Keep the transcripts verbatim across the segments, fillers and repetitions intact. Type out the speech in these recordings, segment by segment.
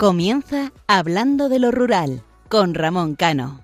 Comienza Hablando de lo Rural, con Ramón Cano.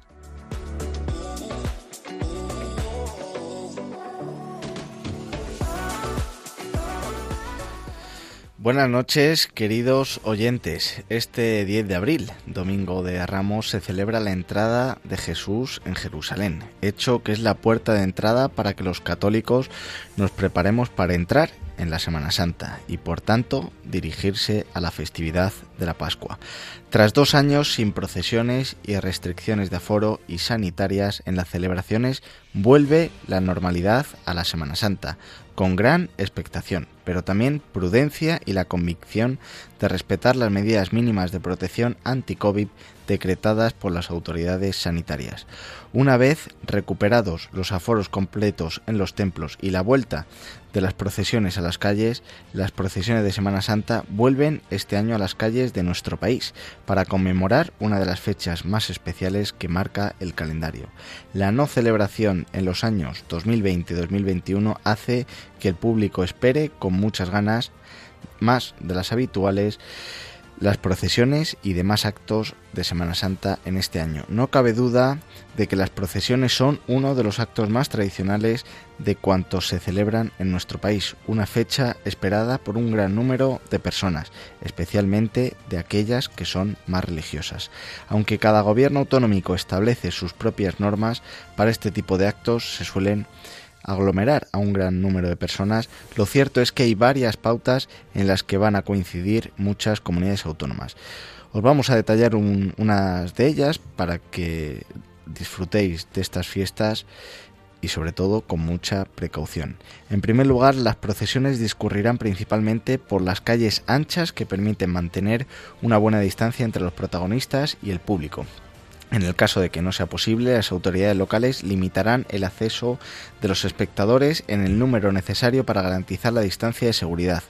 Buenas noches, queridos oyentes. Este diez de abril, domingo de Ramos, se celebra la entrada de Jesús en Jerusalén, hecho que es la puerta de entrada para que los católicos nos preparemos para entrar en la Semana Santa y, por tanto, dirigirse a la festividad de la Pascua. Tras dos años sin procesiones y restricciones de aforo y sanitarias en las celebraciones, vuelve la normalidad a la Semana Santa, con gran expectación, pero también prudencia y la convicción de respetar las medidas mínimas de protección anti-COVID decretadas por las autoridades sanitarias. Una vez recuperados los aforos completos en los templos y la vuelta de las procesiones a las calles, las procesiones de Semana Santa vuelven este año a las calles de nuestro país para conmemorar una de las fechas más especiales que marca el calendario. La no celebración en los años dos mil veinte y dos mil veintiuno hace que el público espere con muchas ganas, más de las habituales, las procesiones y demás actos de Semana Santa en este año. No cabe duda de que las procesiones son uno de los actos más tradicionales de cuantos se celebran en nuestro país, una fecha esperada por un gran número de personas, especialmente de aquellas que son más religiosas. Aunque cada gobierno autonómico establece sus propias normas, para este tipo de actos se suelen aglomerar a un gran número de personas. Lo cierto es que hay varias pautas en las que van a coincidir muchas comunidades autónomas. Os vamos a detallar un, unas de ellas para que disfrutéis de estas fiestas y sobre todo con mucha precaución. En primer lugar, las procesiones discurrirán principalmente por las calles anchas que permiten mantener una buena distancia entre los protagonistas y el público. En el caso de que no sea posible, las autoridades locales limitarán el acceso de los espectadores en el número necesario para garantizar la distancia de seguridad.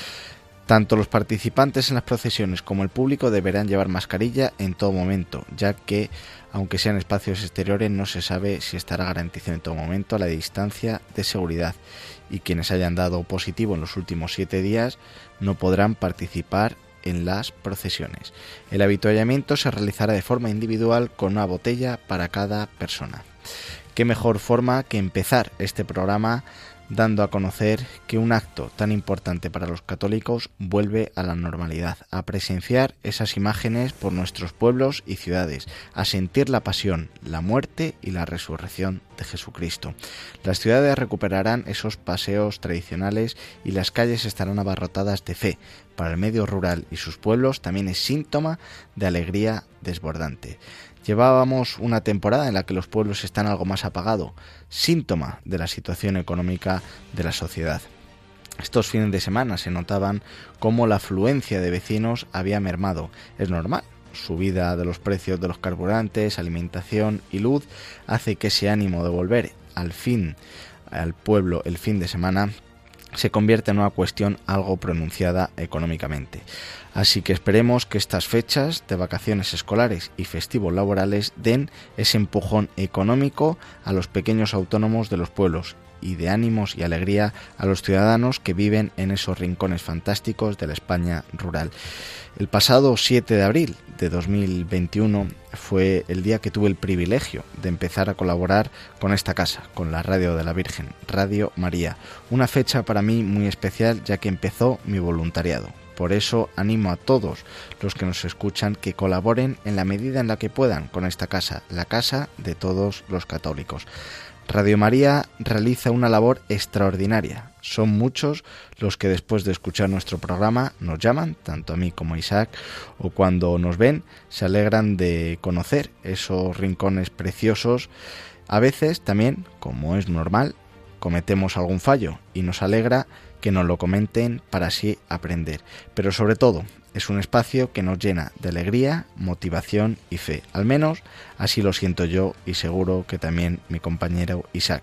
Tanto los participantes en las procesiones como el público deberán llevar mascarilla en todo momento, ya que, aunque sean espacios exteriores, no se sabe si estará garantizada en todo momento la distancia de seguridad, y quienes hayan dado positivo en los últimos siete días no podrán participar en las procesiones. El avituallamiento se realizará de forma individual con una botella para cada persona. Qué mejor forma que empezar este programa dando a conocer que un acto tan importante para los católicos vuelve a la normalidad, a presenciar esas imágenes por nuestros pueblos y ciudades, a sentir la pasión, la muerte y la resurrección de Jesucristo. Las ciudades recuperarán esos paseos tradicionales y las calles estarán abarrotadas de fe. Para el medio rural y sus pueblos también es síntoma de alegría desbordante. Llevábamos una temporada en la que los pueblos están algo más apagados, síntoma de la situación económica de la sociedad. Estos fines de semana se notaban cómo la afluencia de vecinos había mermado. Es normal. Subida de los precios de los carburantes, alimentación y luz hace que ese ánimo de volver al fin al pueblo el fin de semana se convierte en una cuestión algo pronunciada económicamente. Así que esperemos que estas fechas de vacaciones escolares y festivos laborales den ese empujón económico a los pequeños autónomos de los pueblos y de ánimos y alegría a los ciudadanos que viven en esos rincones fantásticos de la España rural. El pasado siete de abril de dos mil veintiuno fue el día que tuve el privilegio de empezar a colaborar con esta casa, con la Radio de la Virgen, Radio María. Una fecha para mí muy especial, ya que empezó mi voluntariado. Por eso animo a todos los que nos escuchan que colaboren en la medida en la que puedan con esta casa, la casa de todos los católicos. Radio María realiza una labor extraordinaria. Son muchos los que después de escuchar nuestro programa nos llaman, tanto a mí como a Isaac, o cuando nos ven se alegran de conocer esos rincones preciosos. A veces también, como es normal, cometemos algún fallo y nos alegra que nos lo comenten para así aprender. Pero sobre todo, es un espacio que nos llena de alegría, motivación y fe. Al menos así lo siento yo y seguro que también mi compañero Isaac.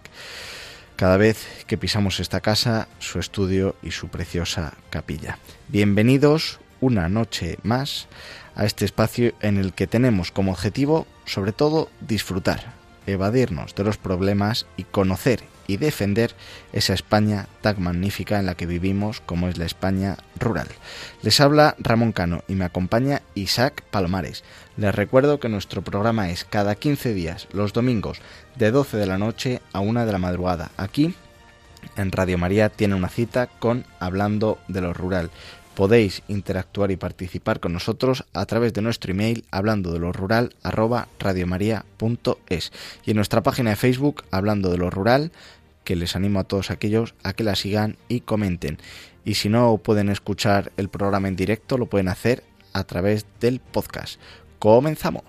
Cada vez que pisamos esta casa, su estudio y su preciosa capilla. Bienvenidos una noche más a este espacio en el que tenemos como objetivo, sobre todo, disfrutar, evadirnos de los problemas y conocer y defender esa España tan magnífica en la que vivimos, como es la España rural. Les habla Ramón Cano y me acompaña Isaac Palomares. Les recuerdo que nuestro programa es cada quince días, los domingos, de doce de la noche a una de la madrugada. Aquí, en Radio María, tiene una cita con Hablando de lo Rural. Podéis interactuar y participar con nosotros a través de nuestro email hablando de lo rural arroba radiomaria punto es y en nuestra página de Facebook Hablando de lo Rural, que les animo a todos aquellos a que la sigan y comenten. Y si no pueden escuchar el programa en directo, lo pueden hacer a través del podcast. ¡Comenzamos!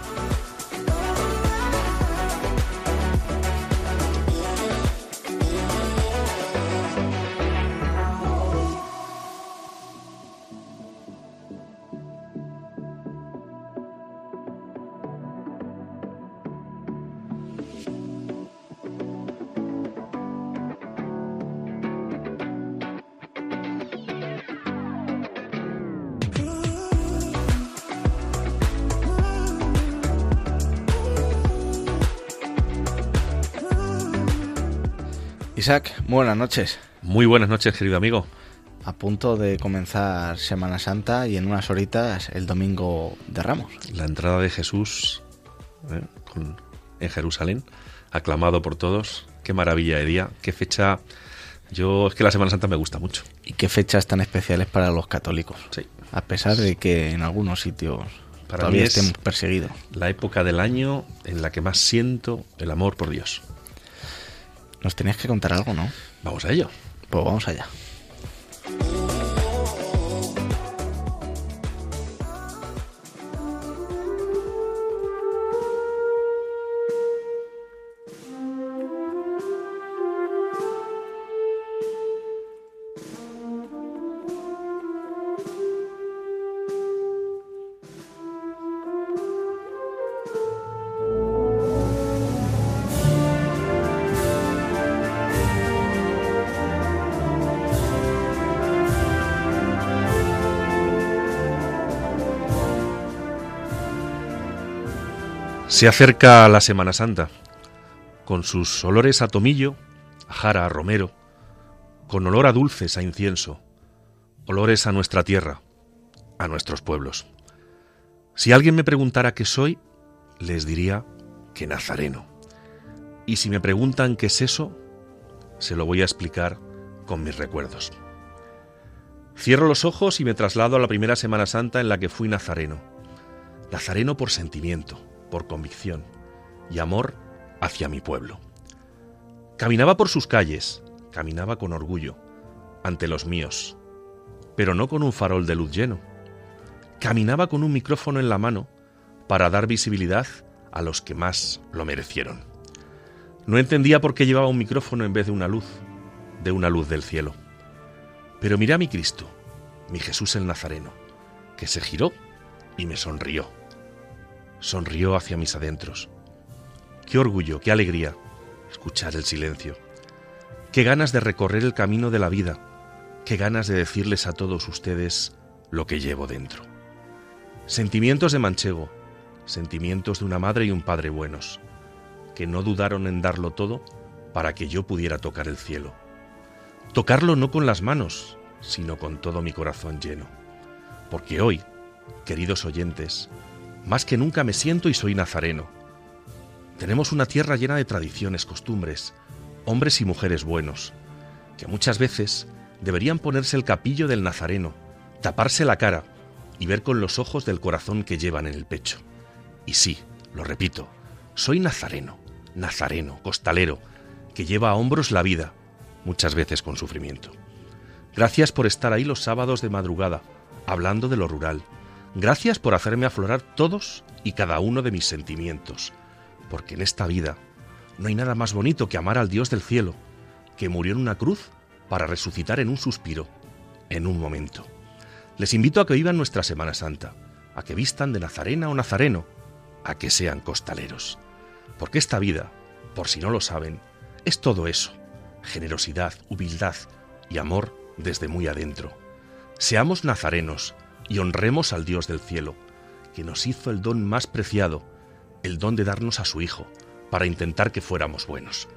Isaac, muy buenas noches. Muy buenas noches, querido amigo. A punto de comenzar Semana Santa y en unas horitas el Domingo de Ramos. La entrada de Jesús ¿eh? con, en Jerusalén, aclamado por todos. Qué maravilla de día, qué fecha. Yo, es que la Semana Santa me gusta mucho. Y qué fechas tan especiales para los católicos. Sí. A pesar de que en algunos sitios para todavía mí estén perseguidos. La época del año en la que más siento el amor por Dios. Nos tenías que contar algo, ¿no? Vamos a ello. Pues vamos allá. Se acerca la Semana Santa, con sus olores a tomillo, a jara, a romero, con olor a dulces, a incienso, olores a nuestra tierra, a nuestros pueblos. Si alguien me preguntara qué soy, les diría que nazareno. Y si me preguntan qué es eso, se lo voy a explicar con mis recuerdos. Cierro los ojos y me traslado a la primera Semana Santa en la que fui nazareno. Nazareno por sentimiento, por convicción y amor hacia mi pueblo. Caminaba por sus calles, caminaba con orgullo, ante los míos, pero no con un farol de luz lleno. Caminaba con un micrófono en la mano para dar visibilidad a los que más lo merecieron. No entendía por qué llevaba un micrófono en vez de una luz, de una luz del cielo. Pero miré a mi Cristo, mi Jesús el Nazareno, que se giró y me sonrió. Sonrió hacia mis adentros. Qué orgullo, qué alegría escuchar el silencio. Qué ganas de recorrer el camino de la vida. Qué ganas de decirles a todos ustedes lo que llevo dentro. Sentimientos de manchego, sentimientos de una madre y un padre buenos, que no dudaron en darlo todo para que yo pudiera tocar el cielo. Tocarlo no con las manos, sino con todo mi corazón lleno. Porque hoy, queridos oyentes, más que nunca me siento y soy nazareno. Tenemos una tierra llena de tradiciones, costumbres, hombres y mujeres buenos, que muchas veces deberían ponerse el capillo del nazareno, taparse la cara y ver con los ojos del corazón que llevan en el pecho. Y sí, lo repito, soy nazareno, nazareno, costalero, que lleva a hombros la vida, muchas veces con sufrimiento. Gracias por estar ahí los sábados de madrugada, hablando de lo rural. Gracias por hacerme aflorar todos y cada uno de mis sentimientos, porque en esta vida no hay nada más bonito que amar al Dios del cielo, que murió en una cruz para resucitar en un suspiro, en un momento. Les invito a que vivan nuestra Semana Santa, a que vistan de nazarena o nazareno, a que sean costaleros, porque esta vida, por si no lo saben, es todo eso, generosidad, humildad y amor desde muy adentro. Seamos nazarenos y honremos al Dios del cielo, que nos hizo el don más preciado, el don de darnos a su Hijo, para intentar que fuéramos buenos.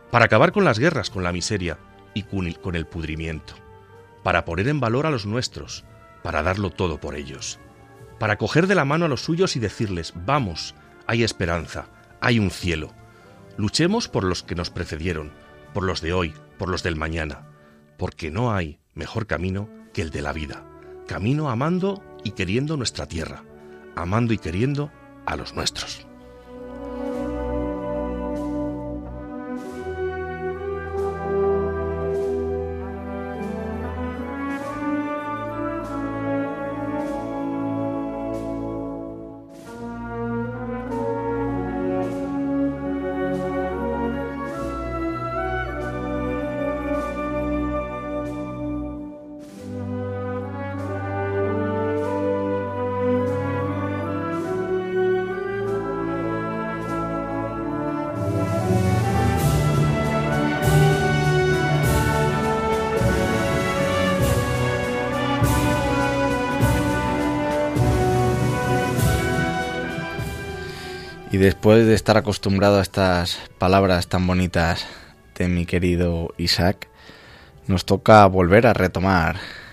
para acabar con las guerras, con la miseria y con el pudrimiento, para poner en valor a los nuestros, para darlo todo por ellos, para coger de la mano a los suyos y decirles: vamos, hay esperanza, hay un cielo. Luchemos por los que nos precedieron, por los de hoy, por los del mañana, porque no hay mejor camino que el de la vida, camino amando y queriendo nuestra tierra, amando y queriendo a los nuestros. Y después de estar acostumbrado a estas palabras tan bonitas de mi querido Isaac, nos toca volver a retomar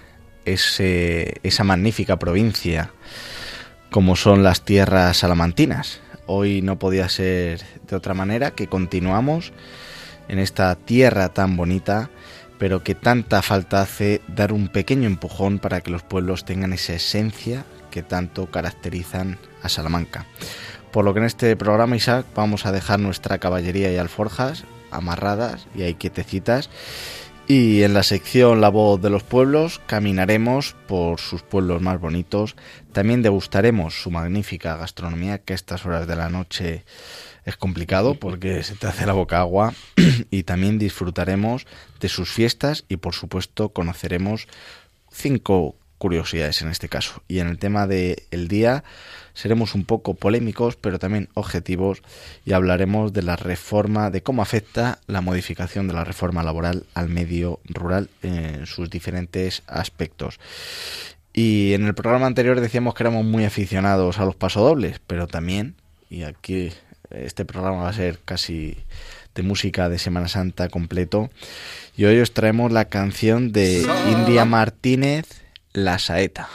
ese, esa magnífica provincia como son las tierras salamantinas. Hoy no podía ser de otra manera que continuamos en esta tierra tan bonita, pero que tanta falta hace dar un pequeño empujón para que los pueblos tengan esa esencia que tanto caracterizan a Salamanca. Por lo que en este programa, Isaac, vamos a dejar nuestra caballería y alforjas amarradas y ahí quietecitas, y en la sección La Voz de los Pueblos caminaremos por sus pueblos más bonitos. También degustaremos su magnífica gastronomía, que a estas horas de la noche es complicado porque se te hace la boca agua, y también disfrutaremos de sus fiestas y, por supuesto, conoceremos cinco curiosidades en este caso. Y en el tema del día seremos un poco polémicos, pero también objetivos, y hablaremos de la reforma, de cómo afecta la modificación de la reforma laboral al medio rural en sus diferentes aspectos. Y en el programa anterior decíamos que éramos muy aficionados a los pasodobles, pero también, y aquí este programa va a ser casi de música de Semana Santa completo, y hoy os traemos la canción de India Martínez, La Saeta.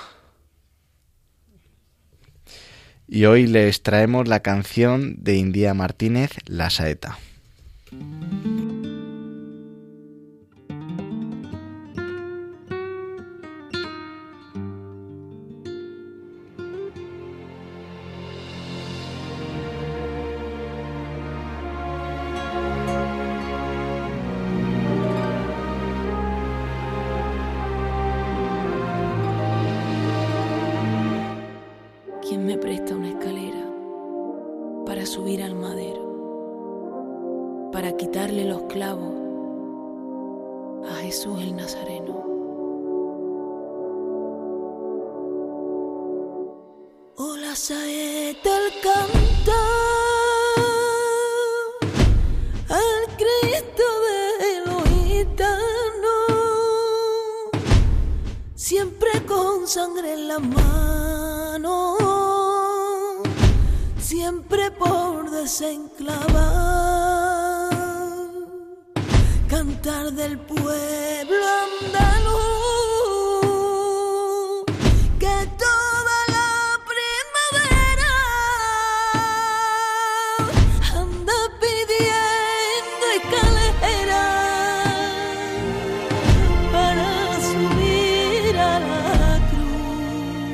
Y hoy les traemos la canción de India Martínez, La Saeta. ¿Quién me presta una escalera para subir al madero, para quitarle los clavos a Jesús el Nazareno? Oh, la saeta el canta al Cristo de los gitanos, siempre con sangre en la mano, siempre por desenclavar, cantar del pueblo andaluz, que toda la primavera anda pidiendo escalera para subir a la cruz.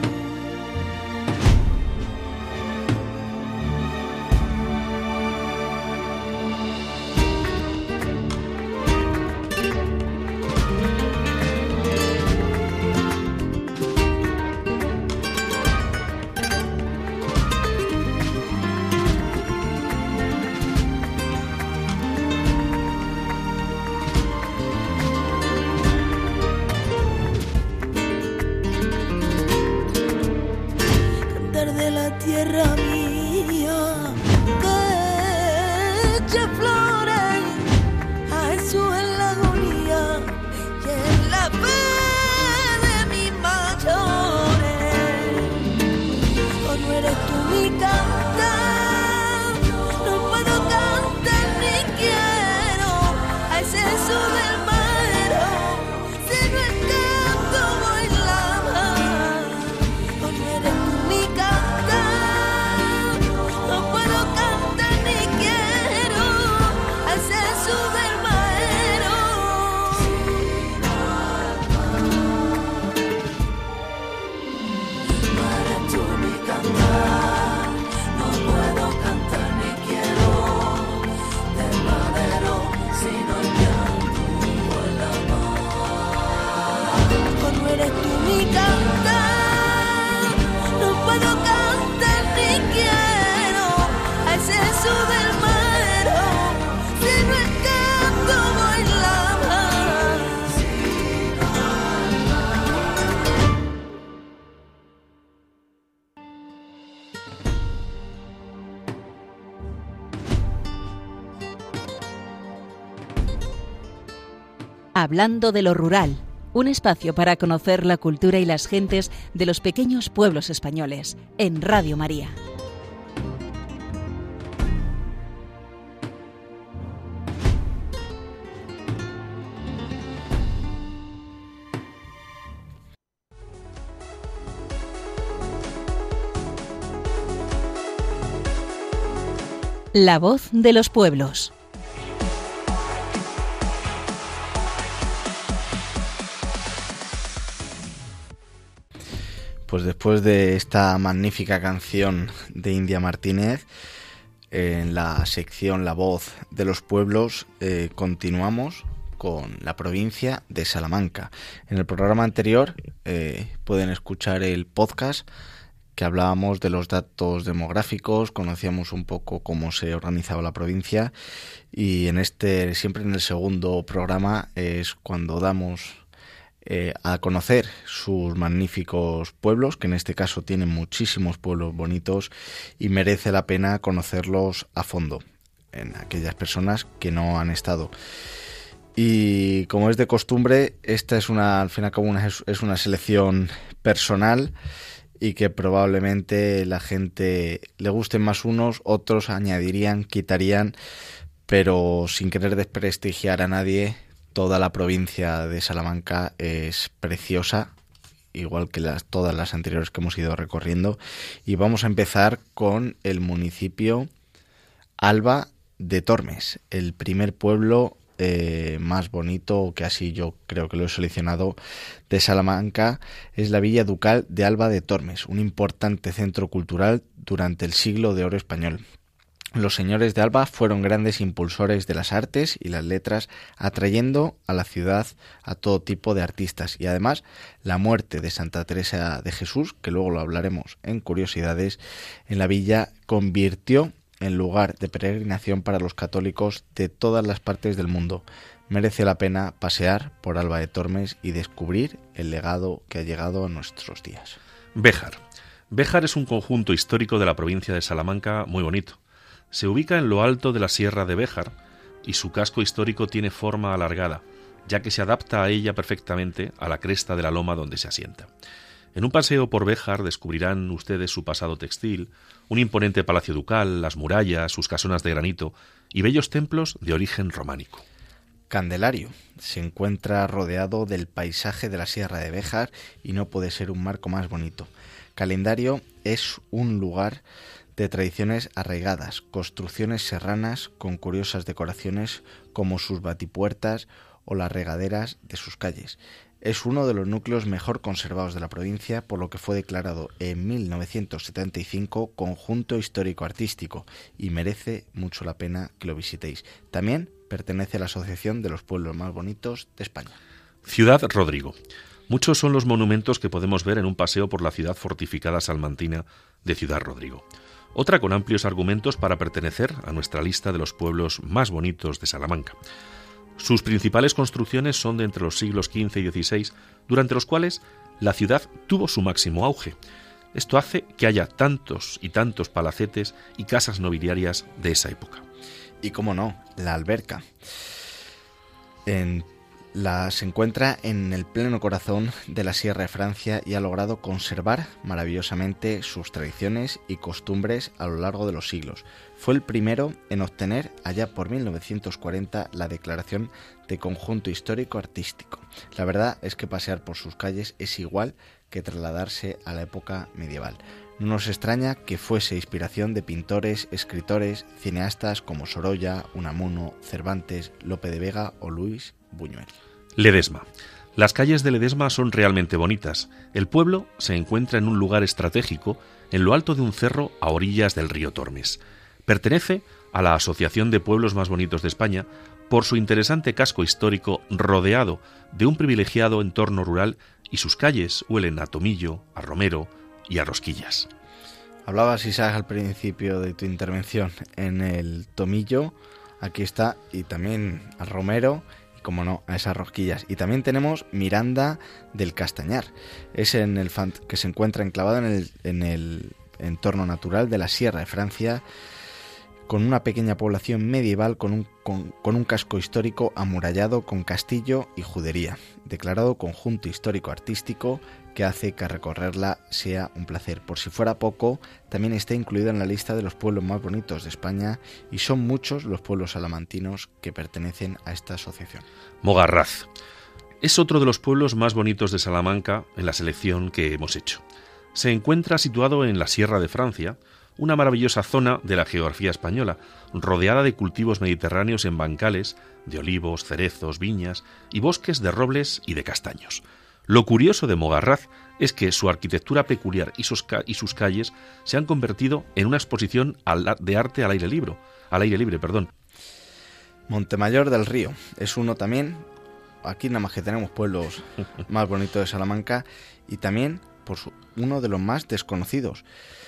De la tierra mía, que eche flores a Jesús en la agonía y en la fe de mis mayores. Oh, no eres tú mi cantar, no puedo cantar ni quiero Hablando de lo rural, un espacio para conocer la cultura y las gentes de los pequeños pueblos españoles, en Radio María. La voz de los pueblos. Pues después de esta magnífica canción de India Martínez, en la sección La voz de los pueblos, eh, continuamos con la provincia de Salamanca. En el programa anterior eh, pueden escuchar el podcast que hablábamos de los datos demográficos, conocíamos un poco cómo se organizaba la provincia, y en este, siempre en el segundo programa, es cuando damos eh, a conocer sus magníficos pueblos, que en este caso tienen muchísimos pueblos bonitos y merece la pena conocerlos a fondo en aquellas personas que no han estado. Y como es de costumbre, esta es una, al fin y al cabo, una, es una selección personal, y que probablemente la gente le gusten más unos, otros añadirían, quitarían, pero sin querer desprestigiar a nadie, toda la provincia de Salamanca es preciosa, igual que las, todas las anteriores que hemos ido recorriendo. Y vamos a empezar con el municipio Alba de Tormes, el primer pueblo Eh, más bonito, que así yo creo que lo he seleccionado, de Salamanca. Es la Villa Ducal de Alba de Tormes, un importante centro cultural durante el siglo de oro español. Los señores de Alba fueron grandes impulsores de las artes y las letras, atrayendo a la ciudad a todo tipo de artistas, y además la muerte de Santa Teresa de Jesús, que luego lo hablaremos en Curiosidades, en la villa convirtió en lugar de peregrinación para los católicos de todas las partes del mundo. Merece la pena pasear por Alba de Tormes y descubrir el legado que ha llegado a nuestros días. Béjar. Béjar es un conjunto histórico de la provincia de Salamanca muy bonito. Se ubica en lo alto de la Sierra de Béjar y su casco histórico tiene forma alargada, ya que se adapta a ella perfectamente a la cresta de la loma donde se asienta. En un paseo por Béjar descubrirán ustedes su pasado textil, un imponente palacio ducal, las murallas, sus casonas de granito y bellos templos de origen románico. Candelario se encuentra rodeado del paisaje de la Sierra de Béjar y no puede ser un marco más bonito. Calendario es un lugar de tradiciones arraigadas, construcciones serranas con curiosas decoraciones como sus batipuertas o las regaderas de sus calles. Es uno de los núcleos mejor conservados de la provincia, por lo que fue declarado en mil novecientos setenta y cinco Conjunto Histórico-Artístico, y merece mucho la pena que lo visitéis. También pertenece a la Asociación de los Pueblos Más Bonitos de España. Ciudad Rodrigo. Muchos son los monumentos que podemos ver en un paseo por la ciudad fortificada salmantina de Ciudad Rodrigo. Otra con amplios argumentos para pertenecer a nuestra lista de los pueblos más bonitos de Salamanca. Sus principales construcciones son de entre los siglos quince y dieciséis, durante los cuales la ciudad tuvo su máximo auge. Esto hace que haya tantos y tantos palacetes y casas nobiliarias de esa época. Y cómo no, la Alberca. En La, se encuentra en el pleno corazón de la Sierra de Francia y ha logrado conservar maravillosamente sus tradiciones y costumbres a lo largo de los siglos. Fue el primero en obtener, allá por mil novecientos cuarenta, la declaración de Conjunto Histórico-Artístico. La verdad es que pasear por sus calles es igual que trasladarse a la época medieval. No nos extraña que fuese inspiración de pintores, escritores, cineastas como Sorolla, Unamuno, Cervantes, Lope de Vega o Luis Buñuel. Ledesma. Las calles de Ledesma son realmente bonitas. El pueblo se encuentra en un lugar estratégico, en lo alto de un cerro a orillas del río Tormes. Pertenece a la Asociación de Pueblos Más Bonitos de España por su interesante casco histórico rodeado de un privilegiado entorno rural, y sus calles huelen a tomillo, a romero y a rosquillas. Hablabas, Isaac, al principio de tu intervención en el tomillo, aquí está, y también al romero, y como no, a esas rosquillas. Y también tenemos Miranda del Castañar, es en el que se encuentra enclavado en el, en el entorno natural de la Sierra de Francia, con una pequeña población medieval con un, con, con un casco histórico amurallado con castillo y judería, declarado conjunto histórico-artístico que hace que recorrerla sea un placer. Por si fuera poco, también está incluida en la lista de los pueblos más bonitos de España y son muchos los pueblos salamantinos que pertenecen a esta asociación. Mogarraz es otro de los pueblos más bonitos de Salamanca en la selección que hemos hecho. Se encuentra situado en la Sierra de Francia, una maravillosa zona de la geografía española, rodeada de cultivos mediterráneos en bancales, de olivos, cerezos, viñas y bosques de robles y de castaños. Lo curioso de Mogarraz es que su arquitectura peculiar y sus, ca- y sus calles se han convertido en una exposición al- de arte al aire libre, al aire libre, perdón. Montemayor del Río es uno también, aquí nada más que tenemos pueblos más bonitos de Salamanca y también por su, uno de los más desconocidos.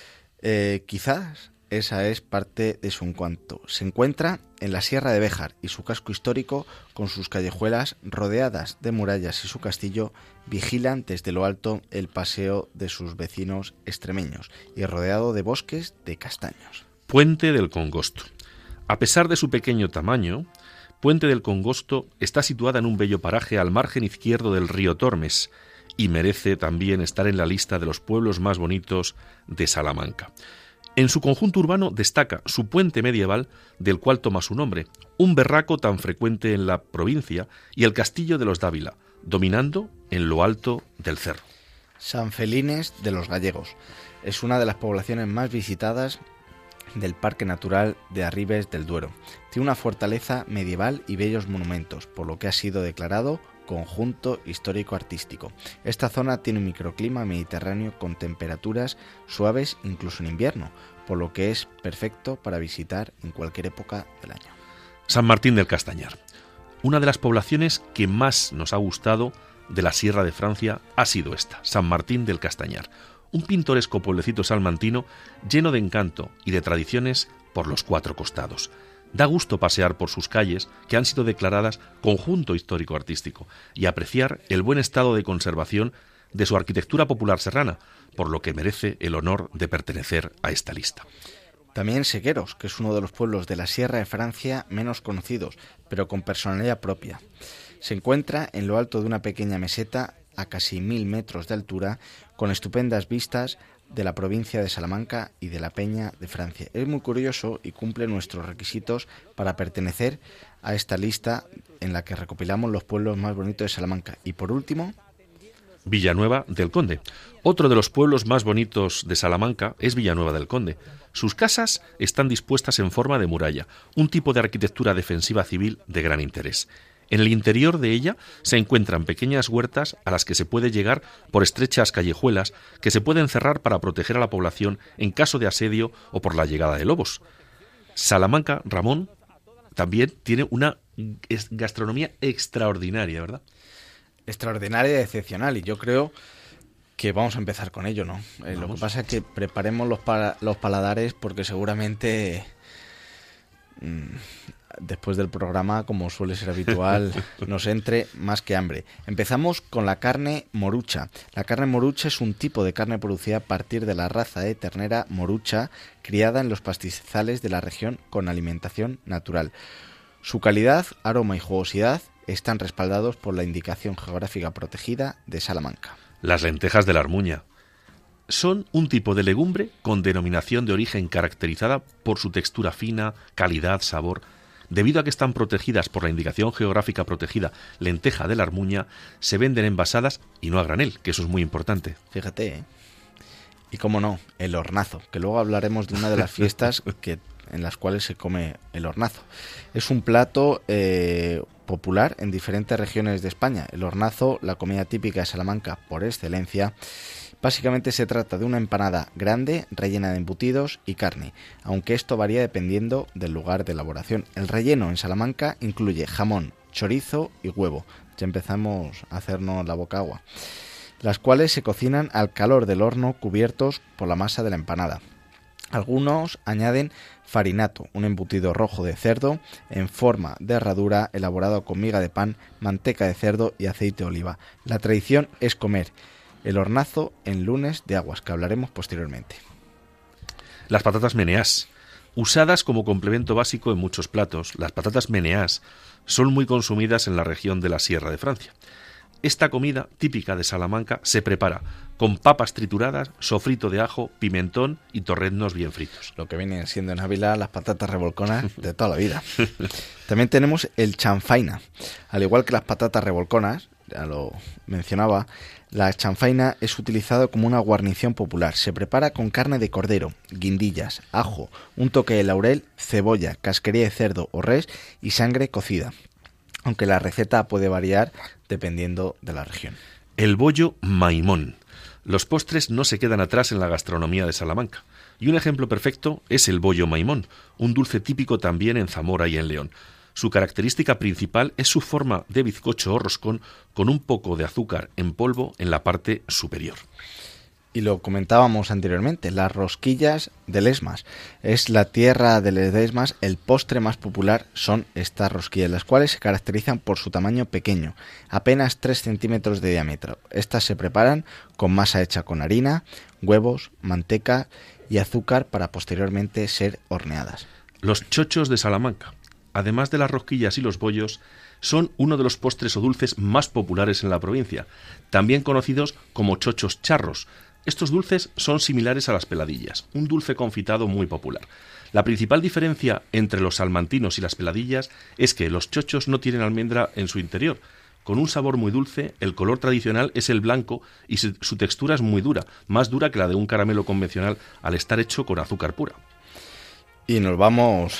Eh, quizás esa es parte de su encanto. Se encuentra en la Sierra de Béjar y su casco histórico, con sus callejuelas rodeadas de murallas y su castillo, vigilan desde lo alto el paseo de sus vecinos extremeños y rodeado de bosques de castaños. Puente del Congosto. A pesar de su pequeño tamaño, Puente del Congosto está situada en un bello paraje al margen izquierdo del río Tormes y merece también estar en la lista de los pueblos más bonitos de Salamanca. En su conjunto urbano destaca su puente medieval, del cual toma su nombre, un verraco tan frecuente en la provincia, y el castillo de los Dávila, dominando en lo alto del cerro. San Felines de los Gallegos es una de las poblaciones más visitadas del Parque Natural de Arribes del Duero. Tiene una fortaleza medieval y bellos monumentos, por lo que ha sido declarado conjunto histórico-artístico. Esta zona tiene un microclima mediterráneo con temperaturas suaves incluso en invierno, por lo que es perfecto para visitar en cualquier época del año. San Martín del Castañar. Una de las poblaciones que más nos ha gustado de la Sierra de Francia ha sido esta, San Martín del Castañar, un pintoresco pueblecito salmantino lleno de encanto y de tradiciones por los cuatro costados. Da gusto pasear por sus calles, que han sido declaradas conjunto histórico-artístico, y apreciar el buen estado de conservación de su arquitectura popular serrana, por lo que merece el honor de pertenecer a esta lista. También Segueros, que es uno de los pueblos de la Sierra de Francia menos conocidos, pero con personalidad propia. Se encuentra en lo alto de una pequeña meseta a casi mil metros de altura, con estupendas vistas de la provincia de Salamanca y de la Peña de Francia. Es muy curioso y cumple nuestros requisitos para pertenecer a esta lista en la que recopilamos los pueblos más bonitos de Salamanca. Y por último, Villanueva del Conde. Otro de los pueblos más bonitos de Salamanca es Villanueva del Conde. Sus casas están dispuestas en forma de muralla, un tipo de arquitectura defensiva civil de gran interés. En el interior de ella se encuentran pequeñas huertas a las que se puede llegar por estrechas callejuelas que se pueden cerrar para proteger a la población en caso de asedio o por la llegada de lobos. Salamanca, Ramón, también tiene una gastronomía extraordinaria, ¿verdad? Extraordinaria y excepcional, y yo creo que vamos a empezar con ello, ¿no? Eh, lo que pasa es que preparemos los, para, los paladares porque seguramente mmm, después del programa, como suele ser habitual, nos entre más que hambre. Empezamos con la carne morucha. La carne morucha es un tipo de carne producida a partir de la raza de ternera morucha, criada en los pastizales de la región con alimentación natural. Su calidad, aroma y jugosidad están respaldados por la indicación geográfica protegida de Salamanca. Las lentejas de la Armuña son un tipo de legumbre con denominación de origen caracterizada por su textura fina, calidad, sabor. Debido a que están protegidas por la indicación geográfica protegida lenteja de la Armuña, se venden envasadas y no a granel, que eso es muy importante. Fíjate, ¿eh? Y cómo no, el hornazo, que luego hablaremos de una de las fiestas que, en las cuales se come el hornazo. Es un plato eh, popular en diferentes regiones de España. El hornazo, la comida típica de Salamanca por excelencia. Básicamente se trata de una empanada grande, rellena de embutidos y carne, aunque esto varía dependiendo del lugar de elaboración. El relleno en Salamanca incluye jamón, chorizo y huevo. Ya empezamos a hacernos la boca agua. Las cuales se cocinan al calor del horno cubiertos por la masa de la empanada. Algunos añaden farinato, un embutido rojo de cerdo en forma de herradura elaborado con miga de pan, manteca de cerdo y aceite de oliva. La tradición es comer el hornazo en lunes de aguas, que hablaremos posteriormente. Las patatas meneás, Usadas como complemento básico en muchos platos, las patatas meneás son muy consumidas en la región de la Sierra de Francia. Esta comida, típica de Salamanca, se prepara con papas trituradas, sofrito de ajo, pimentón y torreznos bien fritos. Lo que vienen siendo en Ávila las patatas revolconas de toda la vida. También tenemos el chanfaina. Al igual que las patatas revolconas, ya lo mencionaba, la chanfaina es utilizado como una guarnición popular. Se prepara con carne de cordero, guindillas, ajo, un toque de laurel, cebolla, casquería de cerdo o res y sangre cocida, aunque la receta puede variar dependiendo de la región. El bollo maimón. Los postres no se quedan atrás en la gastronomía de Salamanca. Y un ejemplo perfecto es el bollo maimón, un dulce típico también en Zamora y en León. Su característica principal es su forma de bizcocho o roscón con un poco de azúcar en polvo en la parte superior. Y lo comentábamos anteriormente, las rosquillas de Lesmas. Es la tierra de Lesmas, el postre más popular son estas rosquillas, las cuales se caracterizan por su tamaño pequeño, apenas tres centímetros de diámetro. Estas se preparan con masa hecha con harina, huevos, manteca y azúcar para posteriormente ser horneadas. Los chochos de Salamanca, además de las rosquillas y los bollos, son uno de los postres o dulces más populares en la provincia, también conocidos como chochos charros. Estos dulces son similares a las peladillas, un dulce confitado muy popular. La principal diferencia entre los salmantinos y las peladillas es que los chochos no tienen almendra en su interior. Con un sabor muy dulce, el color tradicional es el blanco y su, su textura es muy dura, más dura que la de un caramelo convencional al estar hecho con azúcar pura. Y nos vamos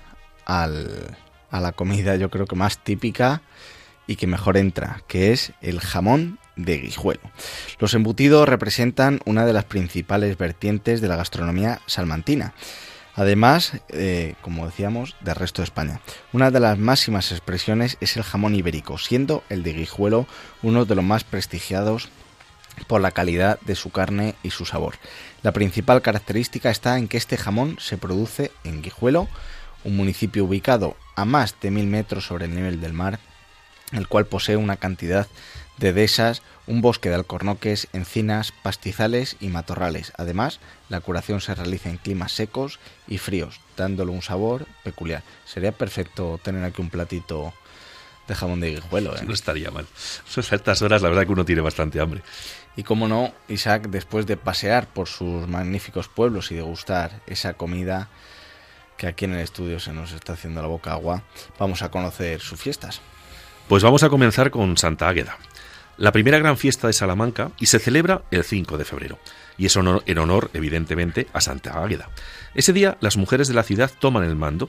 al, a la comida, yo creo que más típica y que mejor entra, que es el jamón de Guijuelo. Los embutidos representan una de las principales vertientes de la gastronomía salmantina, además, eh, como decíamos, del resto de España. Una de las máximas expresiones es el jamón ibérico, siendo el de Guijuelo uno de los más prestigiados por la calidad de su carne y su sabor. La principal característica está en que este jamón se produce en Guijuelo, un municipio ubicado a más de mil metros sobre el nivel del mar, el cual posee una cantidad de dehesas, un bosque de alcornoques, encinas, pastizales y matorrales. Además, la curación se realiza en climas secos y fríos, dándole un sabor peculiar. Sería perfecto tener aquí un platito de jamón de Guijuelo, ¿eh? No estaría mal. A ciertas horas la verdad que uno tiene bastante hambre. Y cómo no, Isaac, después de pasear por sus magníficos pueblos y degustar esa comida que aquí en el estudio se nos está haciendo la boca agua, vamos a conocer sus fiestas. Pues vamos a comenzar con Santa Águeda, la primera gran fiesta de Salamanca, y se celebra el cinco de febrero. Y es honor, en honor, evidentemente, a Santa Águeda. Ese día las mujeres de la ciudad toman el mando.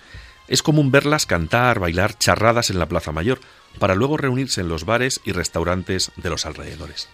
Es común verlas cantar, bailar charradas en la Plaza Mayor, para luego reunirse en los bares y restaurantes de los alrededores.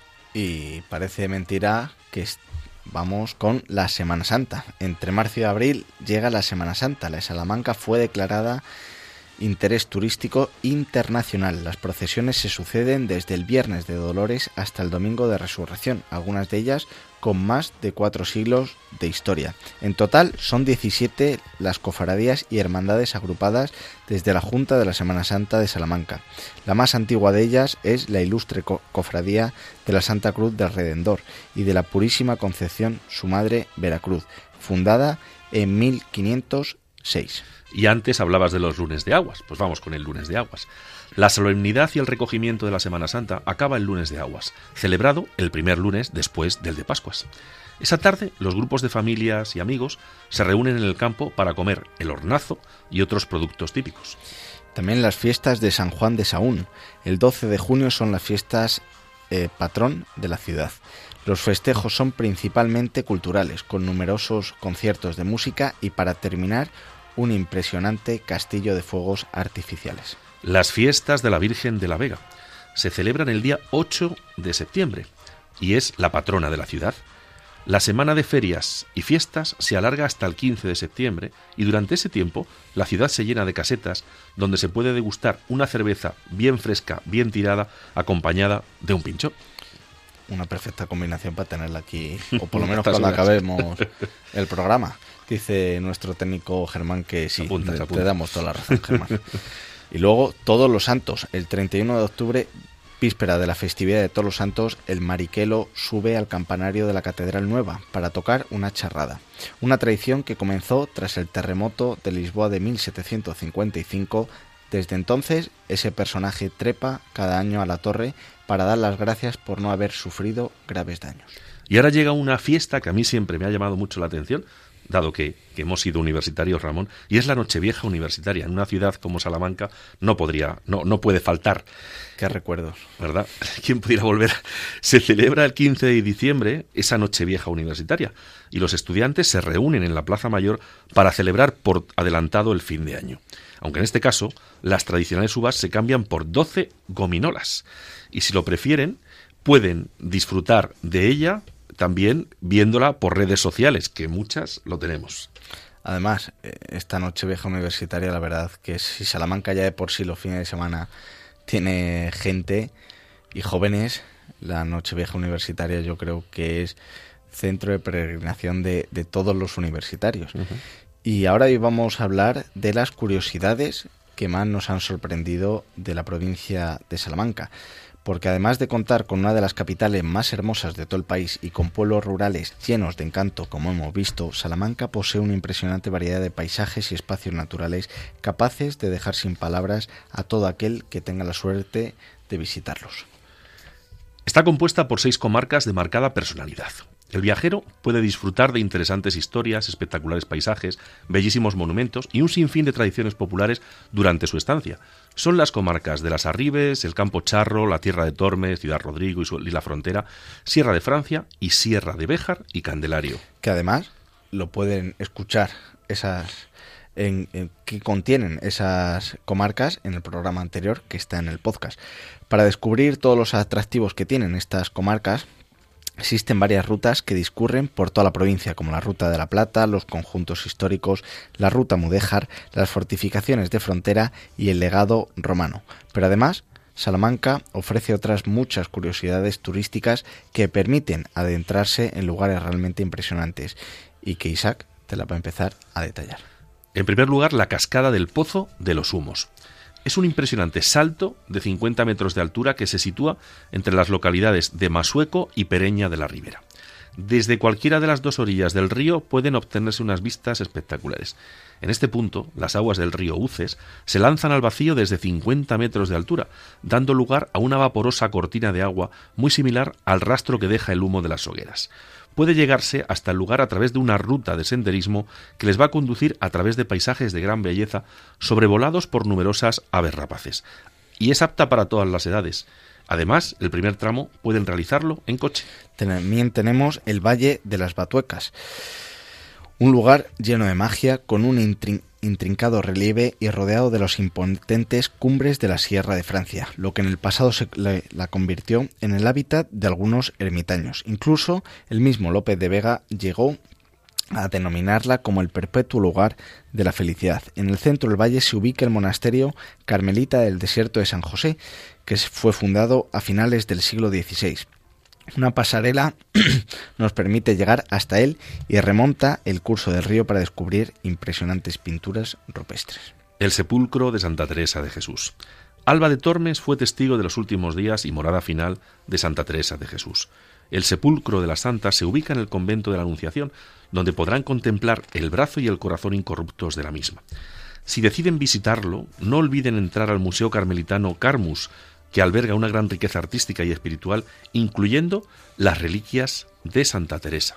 Y parece mentira que vamos con la Semana Santa. Entre marzo y abril llega la Semana Santa. La Salamanca fue declarada interés turístico internacional. Las procesiones se suceden desde el Viernes de Dolores hasta el Domingo de Resurrección, algunas de ellas con más de cuatro siglos de historia. En total son diecisiete las cofradías y hermandades agrupadas desde la Junta de la Semana Santa de Salamanca. La más antigua de ellas es la ilustre co- cofradía de la Santa Cruz del Redentor y de la Purísima Concepción, su madre Veracruz, fundada en mil quinientos seis. Y antes hablabas de los lunes de aguas, pues vamos con el lunes de aguas. La solemnidad y el recogimiento de la Semana Santa acaba el lunes de aguas, celebrado el primer lunes después del de Pascuas. Esa tarde los grupos de familias y amigos se reúnen en el campo para comer el hornazo y otros productos típicos. También las fiestas de San Juan de Saún. El doce de junio son las fiestas eh, patrón de la ciudad. Los festejos son principalmente culturales, con numerosos conciertos de música y, para terminar, un impresionante castillo de fuegos artificiales. Las fiestas de la Virgen de la Vega se celebran el día ocho de septiembre y es la patrona de la ciudad. La semana de ferias y fiestas se alarga hasta el quince de septiembre y durante ese tiempo la ciudad se llena de casetas donde se puede degustar una cerveza bien fresca, bien tirada, acompañada de un pincho. Una perfecta combinación para tenerla aquí, o por lo menos cuando acabemos el programa. Dice nuestro técnico Germán que sí, apuntas, te, apuntas. te damos toda la razón, Germán. Y luego todos los santos, el treinta y uno de octubre víspera de la festividad de Todos los Santos, el mariquelo sube al campanario de la Catedral Nueva para tocar una charrada. Una tradición que comenzó tras el terremoto de Lisboa de mil setecientos cincuenta y cinco. Desde entonces, ese personaje trepa cada año a la torre para dar las gracias por no haber sufrido graves daños. Y ahora llega una fiesta que a mí siempre me ha llamado mucho la atención, dado que, que hemos sido universitarios, Ramón, y es la Nochevieja Universitaria. En una ciudad como Salamanca no podría, no, no puede faltar. Qué recuerdos. ¿Verdad? ¿Quién pudiera volver? Se celebra el quince de diciembre esa Nochevieja Universitaria y los estudiantes se reúnen en la Plaza Mayor para celebrar por adelantado el fin de año. Aunque en este caso, las tradicionales uvas se cambian por doce gominolas. Y si lo prefieren, pueden disfrutar de ella también viéndola por redes sociales, que muchas lo tenemos. Además, esta Nochevieja Universitaria, la verdad que si Salamanca ya de por sí los fines de semana tiene gente y jóvenes, la Nochevieja Universitaria yo creo que es centro de peregrinación de, de todos los universitarios. Uh-huh. Y ahora hoy vamos a hablar de las curiosidades que más nos han sorprendido de la provincia de Salamanca. Porque además de contar con una de las capitales más hermosas de todo el país y con pueblos rurales llenos de encanto, como hemos visto, Salamanca posee una impresionante variedad de paisajes y espacios naturales capaces de dejar sin palabras a todo aquel que tenga la suerte de visitarlos. Está compuesta por seis comarcas de marcada personalidad. El viajero puede disfrutar de interesantes historias, espectaculares paisajes, bellísimos monumentos y un sinfín de tradiciones populares durante su estancia. Son las comarcas de las Arribes, el Campo Charro, la Tierra de Tormes, Ciudad Rodrigo y, su, y la Frontera, Sierra de Francia y Sierra de Béjar y Candelario. Que además lo pueden escuchar esas en, en, que contienen esas comarcas en el programa anterior que está en el podcast. Para descubrir todos los atractivos que tienen estas comarcas, existen varias rutas que discurren por toda la provincia, como la Ruta de la Plata, los conjuntos históricos, la Ruta Mudéjar, las fortificaciones de frontera y el legado romano. Pero además, Salamanca ofrece otras muchas curiosidades turísticas que permiten adentrarse en lugares realmente impresionantes y que Isaac te la va a empezar a detallar. En primer lugar, la cascada del Pozo de los Humos. Es un impresionante salto de cincuenta metros de altura que se sitúa entre las localidades de Masueco y Pereña de la Ribera. Desde cualquiera de las dos orillas del río pueden obtenerse unas vistas espectaculares. En este punto, las aguas del río Uces se lanzan al vacío desde cincuenta metros de altura, dando lugar a una vaporosa cortina de agua muy similar al rastro que deja el humo de las hogueras. Puede llegarse hasta el lugar a través de una ruta de senderismo que les va a conducir a través de paisajes de gran belleza sobrevolados por numerosas aves rapaces. Y es apta para todas las edades. Además, el primer tramo pueden realizarlo en coche. También tenemos el Valle de las Batuecas, un lugar lleno de magia con un intrin- intrincado relieve y rodeado de las imponentes cumbres de la Sierra de Francia, lo que en el pasado se la, la convirtió en el hábitat de algunos ermitaños. Incluso el mismo López de Vega llegó a denominarla como el perpetuo lugar de la felicidad. En el centro del valle se ubica el monasterio carmelita del desierto de San José, que fue fundado a finales del siglo dieciséis. Una pasarela nos permite llegar hasta él y remonta el curso del río para descubrir impresionantes pinturas rupestres. El sepulcro de Santa Teresa de Jesús. Alba de Tormes fue testigo de los últimos días y morada final de Santa Teresa de Jesús. El sepulcro de la santa se ubica en el convento de la Anunciación, donde podrán contemplar el brazo y el corazón incorruptos de la misma. Si deciden visitarlo, no olviden entrar al Museo Carmelitano Carmus, que alberga una gran riqueza artística y espiritual, incluyendo las reliquias de Santa Teresa.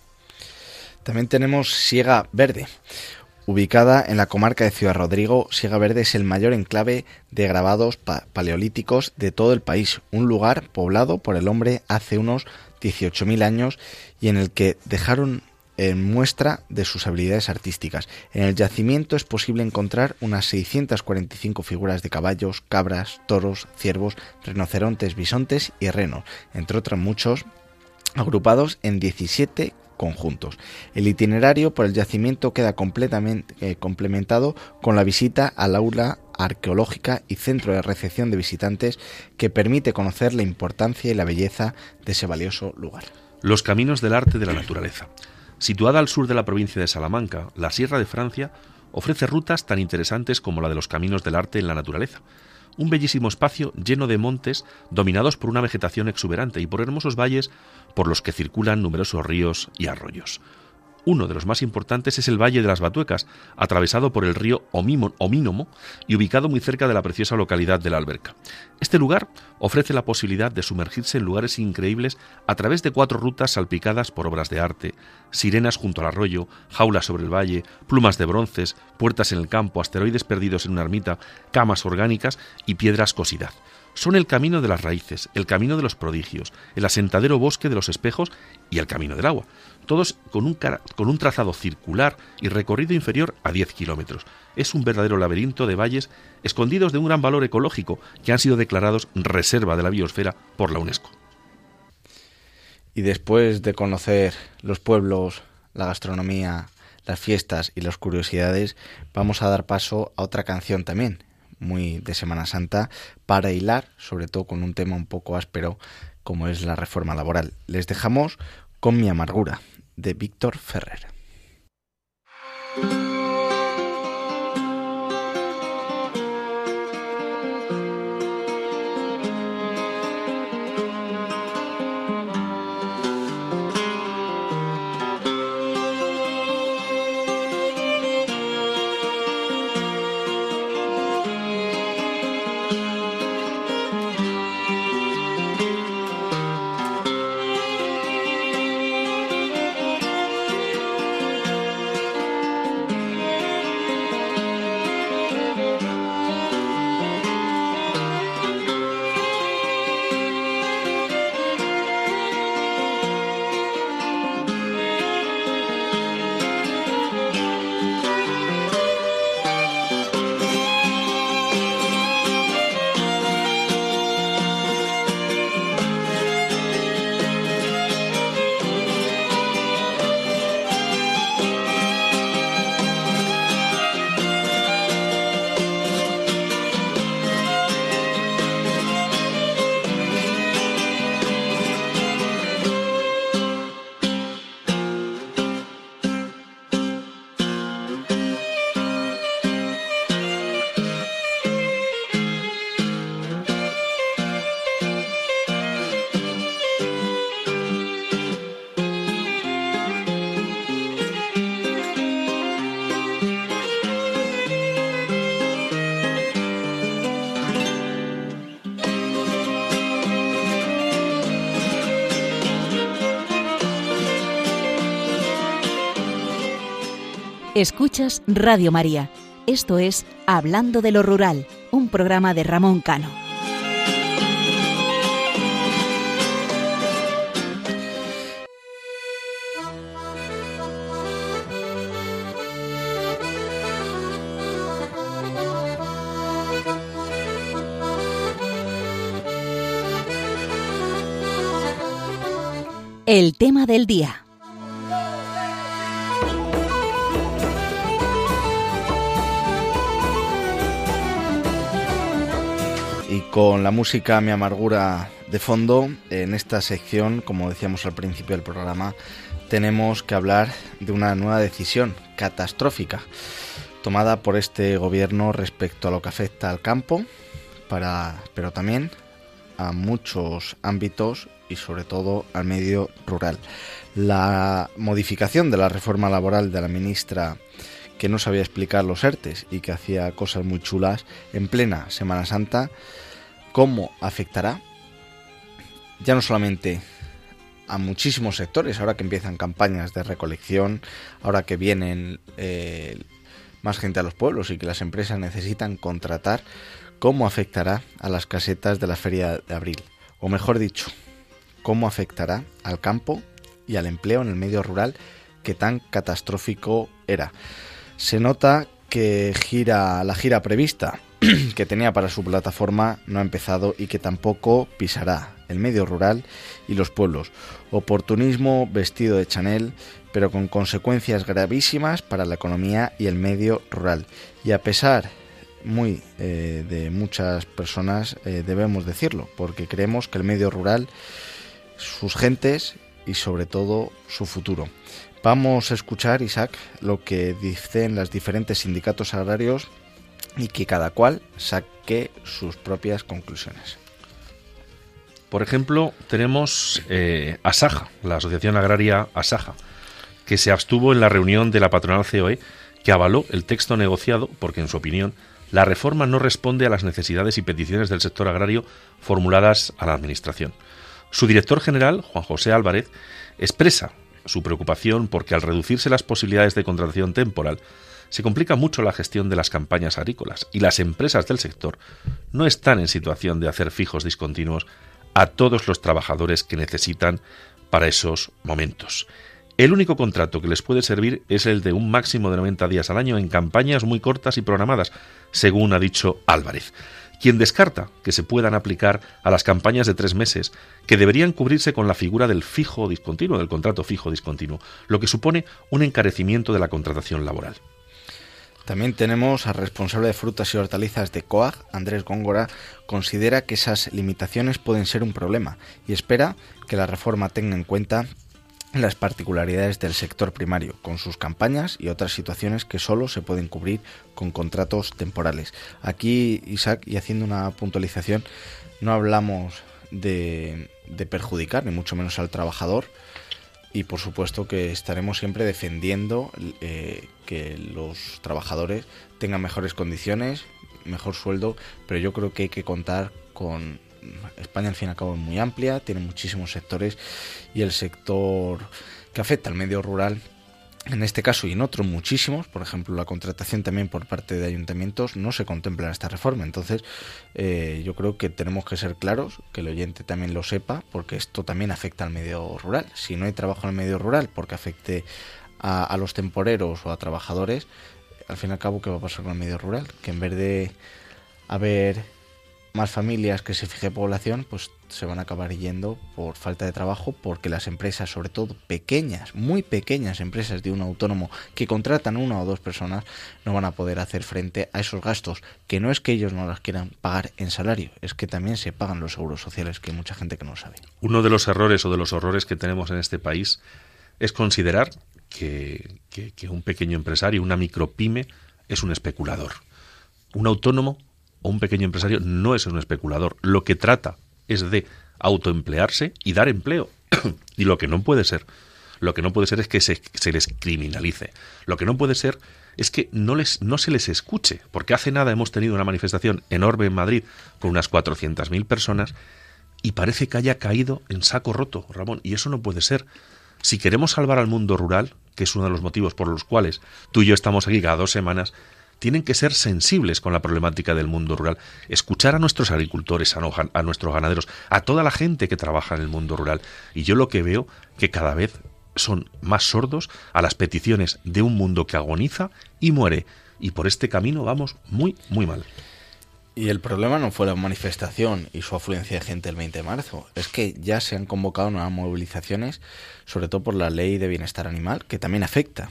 También tenemos Siega Verde. Ubicada en la comarca de Ciudad Rodrigo, Siega Verde es el mayor enclave de grabados pa- paleolíticos de todo el país, un lugar poblado por el hombre hace unos dieciocho mil años y en el que dejaron en muestra de sus habilidades artísticas. En el yacimiento es posible encontrar unas seiscientas cuarenta y cinco figuras de caballos, cabras, toros, ciervos, rinocerontes, bisontes y renos, entre otros muchos, agrupados en diecisiete conjuntos. El itinerario por el yacimiento queda completamente eh, complementado con la visita al aula arqueológica y centro de recepción de visitantes que permite conocer la importancia y la belleza de ese valioso lugar. Los caminos del arte de la naturaleza. Situada al sur de la provincia de Salamanca, la Sierra de Francia ofrece rutas tan interesantes como la de los caminos del arte en la naturaleza. un bellísimo espacio lleno de montes dominados por una vegetación exuberante y por hermosos valles por los que circulan numerosos ríos y arroyos. Uno de los más importantes es el Valle de las Batuecas, atravesado por el río Omínamo y ubicado muy cerca de la preciosa localidad de La Alberca. Este lugar ofrece la posibilidad de sumergirse en lugares increíbles a través de cuatro rutas salpicadas por obras de arte, sirenas junto al arroyo, jaulas sobre el valle, plumas de bronces, puertas en el campo, asteroides perdidos en una ermita, camas orgánicas y piedras cosidad. Son el camino de las raíces, el camino de los prodigios, el asentadero bosque de los espejos y el camino del agua, todos con un, cara, con un trazado circular y recorrido inferior a diez kilómetros. Es un verdadero laberinto de valles escondidos de un gran valor ecológico que han sido declarados reserva de la biosfera por la UNESCO. Y después de conocer los pueblos, la gastronomía, las fiestas y las curiosidades, vamos a dar paso a otra canción también, muy de Semana Santa, para hilar, sobre todo con un tema un poco áspero como es la reforma laboral. Les dejamos con Mi amargura, de Víctor Ferrer. Escuchas Radio María. Esto es Hablando de lo Rural, un programa de Ramón Cano. El tema del día. Y con la música Mi amargura de fondo, en esta sección, como decíamos al principio del programa, tenemos que hablar de una nueva decisión catastrófica tomada por este gobierno respecto a lo que afecta al campo, para, pero también a muchos ámbitos y sobre todo al medio rural. La modificación de la reforma laboral de la ministra, que no sabía explicar los ERTES y que hacía cosas muy chulas en plena Semana Santa, ¿cómo afectará? Ya no solamente a muchísimos sectores, ahora que empiezan campañas de recolección, ahora que vienen eh, más gente a los pueblos y que las empresas necesitan contratar, ¿cómo afectará a las casetas de la Feria de Abril? O mejor dicho, ¿cómo afectará al campo y al empleo en el medio rural que tan catastrófico era? Se nota que gira la gira prevista que tenía para su plataforma no ha empezado y que tampoco pisará el medio rural y los pueblos. Oportunismo vestido de Chanel, pero con consecuencias gravísimas para la economía y el medio rural. Y a pesar muy eh, de muchas personas, eh, debemos decirlo, porque creemos que el medio rural, sus gentes y sobre todo su futuro. Vamos a escuchar, Isaac, lo que dicen los diferentes sindicatos agrarios y que cada cual saque sus propias conclusiones. Por ejemplo, tenemos eh, Asaja, la Asociación Agraria Asaja, que se abstuvo en la reunión de la patronal C O E, que avaló el texto negociado porque, en su opinión, la reforma no responde a las necesidades y peticiones del sector agrario formuladas a la Administración. Su director general, Juan José Álvarez, expresa su preocupación porque, al reducirse las posibilidades de contratación temporal, se complica mucho la gestión de las campañas agrícolas y las empresas del sector no están en situación de hacer fijos discontinuos a todos los trabajadores que necesitan para esos momentos. El único contrato que les puede servir es el de un máximo de noventa días al año en campañas muy cortas y programadas, según ha dicho Álvarez, quien descarta que se puedan aplicar a las campañas de tres meses, que deberían cubrirse con la figura del fijo discontinuo, del contrato fijo discontinuo, lo que supone un encarecimiento de la contratación laboral. También tenemos al responsable de frutas y hortalizas de C O A G, Andrés Góngora, considera que esas limitaciones pueden ser un problema y espera que la reforma tenga en cuenta las particularidades del sector primario, con sus campañas y otras situaciones que solo se pueden cubrir con contratos temporales. Aquí, Isaac, y haciendo una puntualización, no hablamos de, de perjudicar, ni mucho menos al trabajador, y por supuesto que estaremos siempre defendiendo eh, que los trabajadores tengan mejores condiciones, mejor sueldo, pero yo creo que hay que contar con... España, al fin y al cabo, es muy amplia, tiene muchísimos sectores y el sector que afecta al medio rural, en este caso y en otros muchísimos, por ejemplo, la contratación también por parte de ayuntamientos, no se contempla en esta reforma. Entonces, eh, yo creo que tenemos que ser claros, que el oyente también lo sepa, porque esto también afecta al medio rural. Si no hay trabajo en el medio rural porque afecte a, a los temporeros o a trabajadores, al fin y al cabo, ¿qué va a pasar con el medio rural? Que en vez de haber más familias que se fije población, pues se van a acabar yendo por falta de trabajo, porque las empresas, sobre todo pequeñas, muy pequeñas empresas de un autónomo que contratan una o dos personas, no van a poder hacer frente a esos gastos, que no es que ellos no las quieran pagar en salario, es que también se pagan los seguros sociales, que hay mucha gente que no sabe. Uno de los errores o de los horrores que tenemos en este país es considerar que, que, que un pequeño empresario, una micropyme, es un especulador. Un autónomo o un pequeño empresario no es un especulador. Lo que trata es de autoemplearse y dar empleo. Y lo que no puede ser, lo que no puede ser es que se, se les criminalice. Lo que no puede ser es que no, les, no se les escuche. Porque hace nada hemos tenido una manifestación enorme en Madrid con unas cuatrocientas mil personas y parece que haya caído en saco roto, Ramón. Y eso no puede ser. Si queremos salvar al mundo rural, que es uno de los motivos por los cuales tú y yo estamos aquí cada dos semanas, tienen que ser sensibles con la problemática del mundo rural, escuchar a nuestros agricultores, a, no, a nuestros ganaderos, a toda la gente que trabaja en el mundo rural. Y yo lo que veo que cada vez son más sordos a las peticiones de un mundo que agoniza y muere. Y por este camino vamos muy, muy mal. Y el problema no fue la manifestación y su afluencia de gente el veinte de marzo, es que ya se han convocado nuevas movilizaciones, sobre todo por la ley de bienestar animal, que también afecta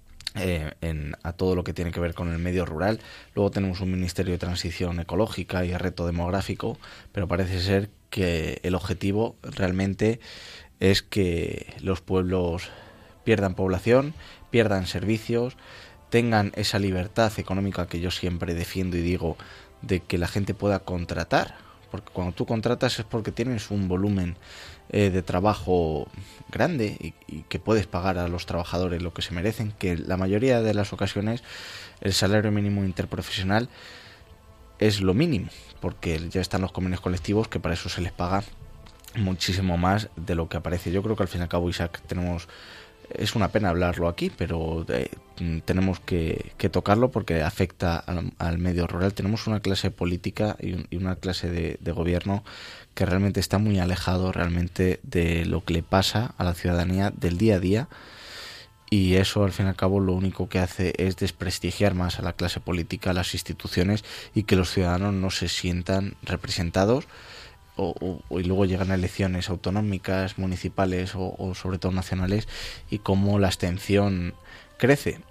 Eh, en, a todo lo que tiene que ver con el medio rural. Luego tenemos un Ministerio de Transición Ecológica y Reto Demográfico, pero parece ser que el objetivo realmente es que los pueblos pierdan población, pierdan servicios, tengan esa libertad económica que yo siempre defiendo y digo, de que la gente pueda contratar, porque cuando tú contratas es porque tienes un volumen eh, de trabajo grande y, y que puedes pagar a los trabajadores lo que se merecen, que la mayoría de las ocasiones el salario mínimo interprofesional es lo mínimo, porque ya están los convenios colectivos que para eso se les paga muchísimo más de lo que aparece. Yo creo que al fin y al cabo, Isaac, tenemos... Es una pena hablarlo aquí, pero eh, tenemos que, que tocarlo porque afecta al, al medio rural. Tenemos una clase política y, un, y una clase de, de gobierno que realmente está muy alejado realmente de lo que le pasa a la ciudadanía del día a día, y eso al fin y al cabo lo único que hace es desprestigiar más a la clase política, a las instituciones, y que los ciudadanos no se sientan representados. O, o, y luego llegan a elecciones autonómicas, municipales o, o sobre todo nacionales, y cómo la abstención crece.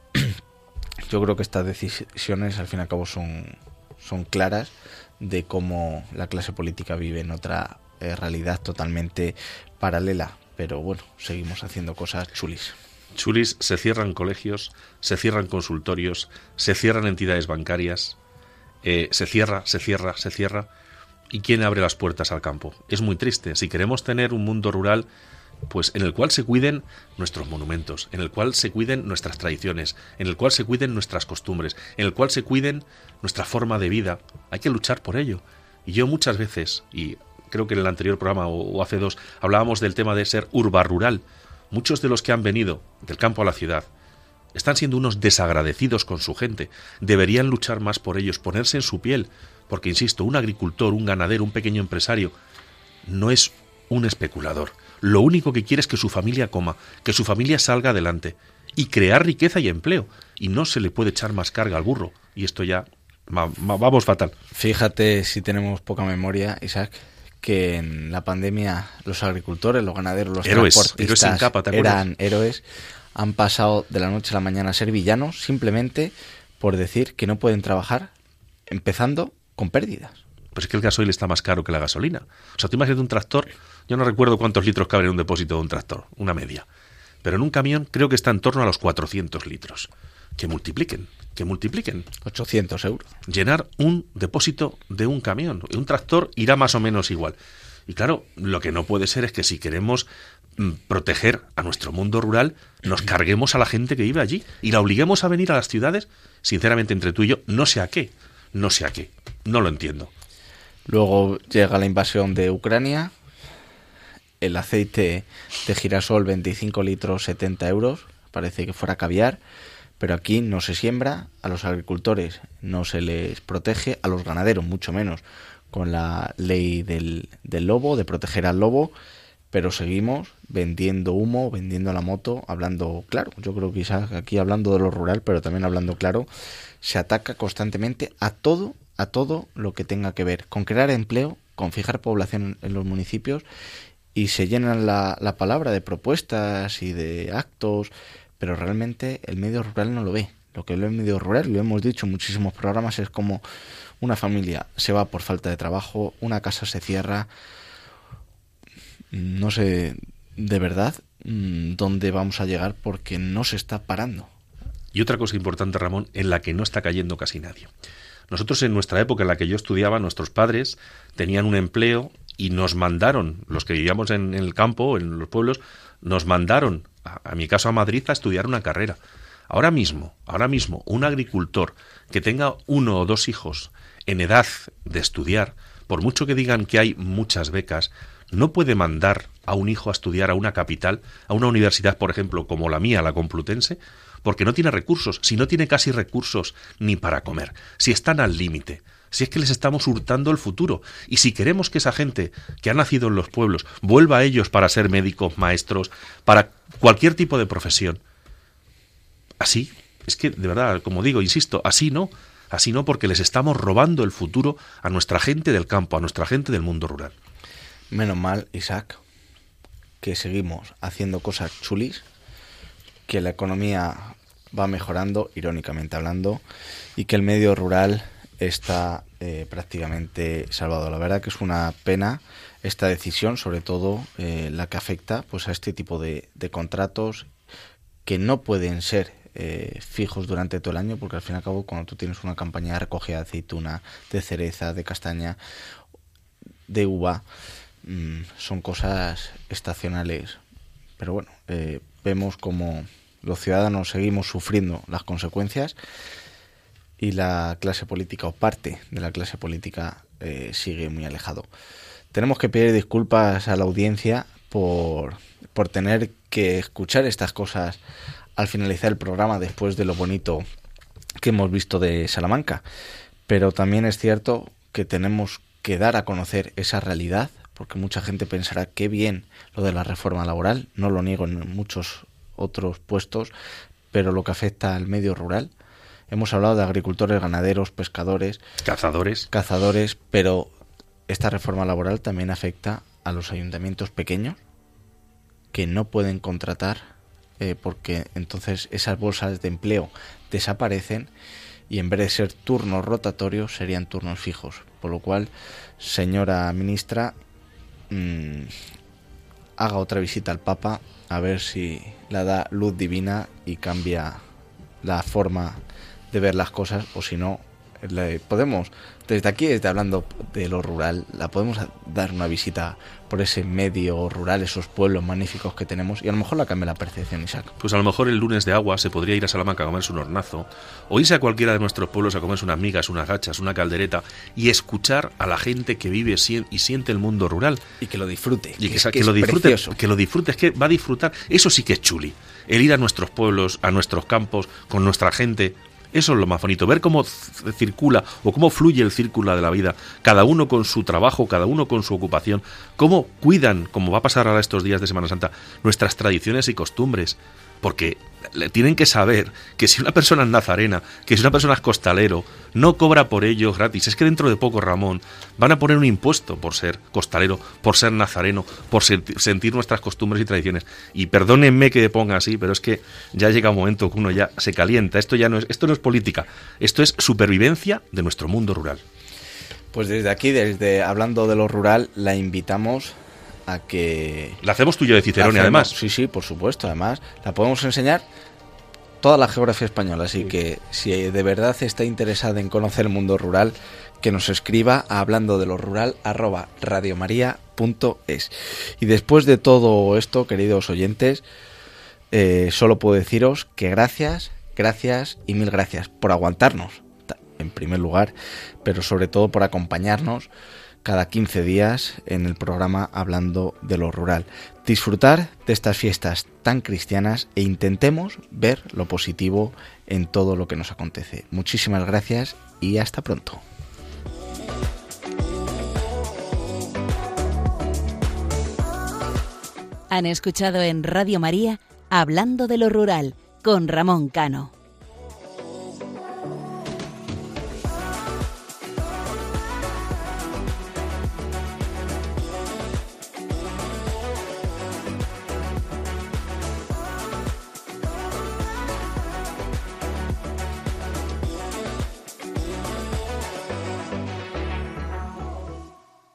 Yo creo que estas decisiones al fin y al cabo son, son claras de cómo la clase política vive en otra eh, realidad totalmente paralela, pero bueno, seguimos haciendo cosas chulis. Chulis, se cierran colegios, se cierran consultorios, se cierran entidades bancarias. eh, se cierra, se cierra, se cierra. ¿Y quién abre las puertas al campo? Es muy triste. Si queremos tener un mundo rural, pues en el cual se cuiden nuestros monumentos, en el cual se cuiden nuestras tradiciones, en el cual se cuiden nuestras costumbres, en el cual se cuiden nuestra forma de vida, hay que luchar por ello. Y yo muchas veces, y creo que en el anterior programa o hace dos, hablábamos del tema de ser urba-rural. Muchos de los que han venido del campo a la ciudad están siendo unos desagradecidos con su gente. Deberían luchar más por ellos, ponerse en su piel, porque, insisto, un agricultor, un ganadero, un pequeño empresario, no es un especulador. Lo único que quiere es que su familia coma, que su familia salga adelante y crear riqueza y empleo. Y no se le puede echar más carga al burro. Y esto ya va, va, vamos fatal. Fíjate, si tenemos poca memoria, Isaac, que en la pandemia los agricultores, los ganaderos, los héroes, transportistas héroes sin capa, ¿te acuerdas? Eran héroes, han pasado de la noche a la mañana a ser villanos simplemente por decir que no pueden trabajar, empezando con pérdidas. Pues es que el gasoil está más caro que la gasolina. O sea, tú imagínate un tractor, yo no recuerdo cuántos litros caben en un depósito de un tractor, una media. Pero en un camión creo que está en torno a los cuatrocientos litros. Que multipliquen, que multipliquen. ochocientos euros. Llenar un depósito de un camión. Un tractor irá más o menos igual. Y claro, lo que no puede ser es que si queremos mm, proteger a nuestro mundo rural, nos carguemos a la gente que vive allí y la obliguemos a venir a las ciudades. Sinceramente, entre tú y yo, no sé a qué. No sé a qué. No lo entiendo. Luego llega la invasión de Ucrania, el aceite de girasol veinticinco litros, setenta euros, parece que fuera caviar, pero aquí no se siembra, a los agricultores no se les protege, a los ganaderos mucho menos, con la ley del, del lobo, de proteger al lobo, pero seguimos vendiendo humo, vendiendo la moto, hablando claro. Yo creo que quizás aquí hablando de lo rural, pero también hablando claro, se ataca constantemente a todo a todo lo que tenga que ver con crear empleo, con fijar población en los municipios, y se llenan la, la palabra de propuestas y de actos, pero realmente el medio rural no lo ve. Lo que ve el medio rural, lo hemos dicho en muchísimos programas, es como una familia se va por falta de trabajo, una casa se cierra, no sé de verdad dónde vamos a llegar porque no se está parando. Y otra cosa importante, Ramón, en la que no está cayendo casi nadie. Nosotros en nuestra época en la que yo estudiaba, nuestros padres tenían un empleo y nos mandaron, los que vivíamos en el campo, en los pueblos, nos mandaron, a, a mi caso a Madrid, a estudiar una carrera. Ahora mismo, ahora mismo, un agricultor que tenga uno o dos hijos en edad de estudiar, por mucho que digan que hay muchas becas, no puede mandar a un hijo a estudiar a una capital, a una universidad, por ejemplo, como la mía, la Complutense, porque no tiene recursos, si no tiene casi recursos ni para comer, si están al límite, si es que les estamos hurtando el futuro. Y si queremos que esa gente que ha nacido en los pueblos vuelva a ellos para ser médicos, maestros, para cualquier tipo de profesión, así, es que de verdad, como digo, insisto, así no, así no, porque les estamos robando el futuro a nuestra gente del campo, a nuestra gente del mundo rural. Menos mal, Isaac, que seguimos haciendo cosas chulis, que la economía va mejorando, irónicamente hablando, y que el medio rural está eh, prácticamente salvado. La verdad que es una pena esta decisión, sobre todo eh, la que afecta pues a este tipo de, de contratos que no pueden ser eh, fijos durante todo el año, porque al fin y al cabo cuando tú tienes una campaña de recogida de aceituna, de cereza, de castaña, de uva, mmm, son cosas estacionales. Pero bueno, eh, vemos como los ciudadanos seguimos sufriendo las consecuencias y la clase política o parte de la clase política eh, sigue muy alejado. Tenemos que pedir disculpas a la audiencia por, por tener que escuchar estas cosas al finalizar el programa después de lo bonito que hemos visto de Salamanca, pero también es cierto que tenemos que dar a conocer esa realidad, porque mucha gente pensará qué bien lo de la reforma laboral, no lo niego en muchos otros puestos, pero lo que afecta al medio rural, hemos hablado de agricultores, ganaderos, pescadores, cazadores, cazadores, pero esta reforma laboral también afecta a los ayuntamientos pequeños que no pueden contratar eh, porque entonces esas bolsas de empleo desaparecen y en vez de ser turnos rotatorios serían turnos fijos, por lo cual, señora ministra, mmm, haga otra visita al Papa a ver si la da luz divina y cambia la forma de ver las cosas, o si no, Le podemos, desde aquí, desde hablando de lo rural, la podemos dar una visita por ese medio rural, esos pueblos magníficos que tenemos, y a lo mejor la cambia la percepción, Isaac. Pues a lo mejor el lunes de agua se podría ir a Salamanca a comerse un hornazo, o irse a cualquiera de nuestros pueblos a comerse unas migas, unas gachas, una caldereta, y escuchar a la gente que vive y siente el mundo rural. Y que lo disfrute. Y que, que, que, que que lo disfrute, precioso. que lo disfrute, es que va a disfrutar. Eso sí que es chuli. El ir a nuestros pueblos, a nuestros campos, con nuestra gente. Eso es lo más bonito, ver cómo circula o cómo fluye el círculo de la vida, cada uno con su trabajo, cada uno con su ocupación, cómo cuidan, como va a pasar ahora estos días de Semana Santa, nuestras tradiciones y costumbres, porque tienen que saber que si una persona es nazarena, que si una persona es costalero, no cobra por ello gratis. Es que dentro de poco, Ramón, van a poner un impuesto por ser costalero, por ser nazareno, por sentir nuestras costumbres y tradiciones. Y perdónenme que ponga así, pero es que ya llega un momento que uno ya se calienta. Esto ya no es, esto no es política, esto es supervivencia de nuestro mundo rural. Pues desde aquí, desde hablando de lo rural, la invitamos a que... La hacemos tuya de Cicerone, además. Sí, sí, por supuesto, además. La podemos enseñar toda la geografía española, así que si de verdad está interesada en conocer el mundo rural, que nos escriba a hablando de lo rural arroba radiomaria punto es. Y después de todo esto, queridos oyentes, eh, solo puedo deciros que gracias, gracias y mil gracias por aguantarnos, en primer lugar, pero sobre todo por acompañarnos cada quince días en el programa Hablando de lo Rural. Disfrutar de estas fiestas tan cristianas e intentemos ver lo positivo en todo lo que nos acontece. Muchísimas gracias y hasta pronto. Han escuchado en Radio María Hablando de lo Rural con Ramón Cano.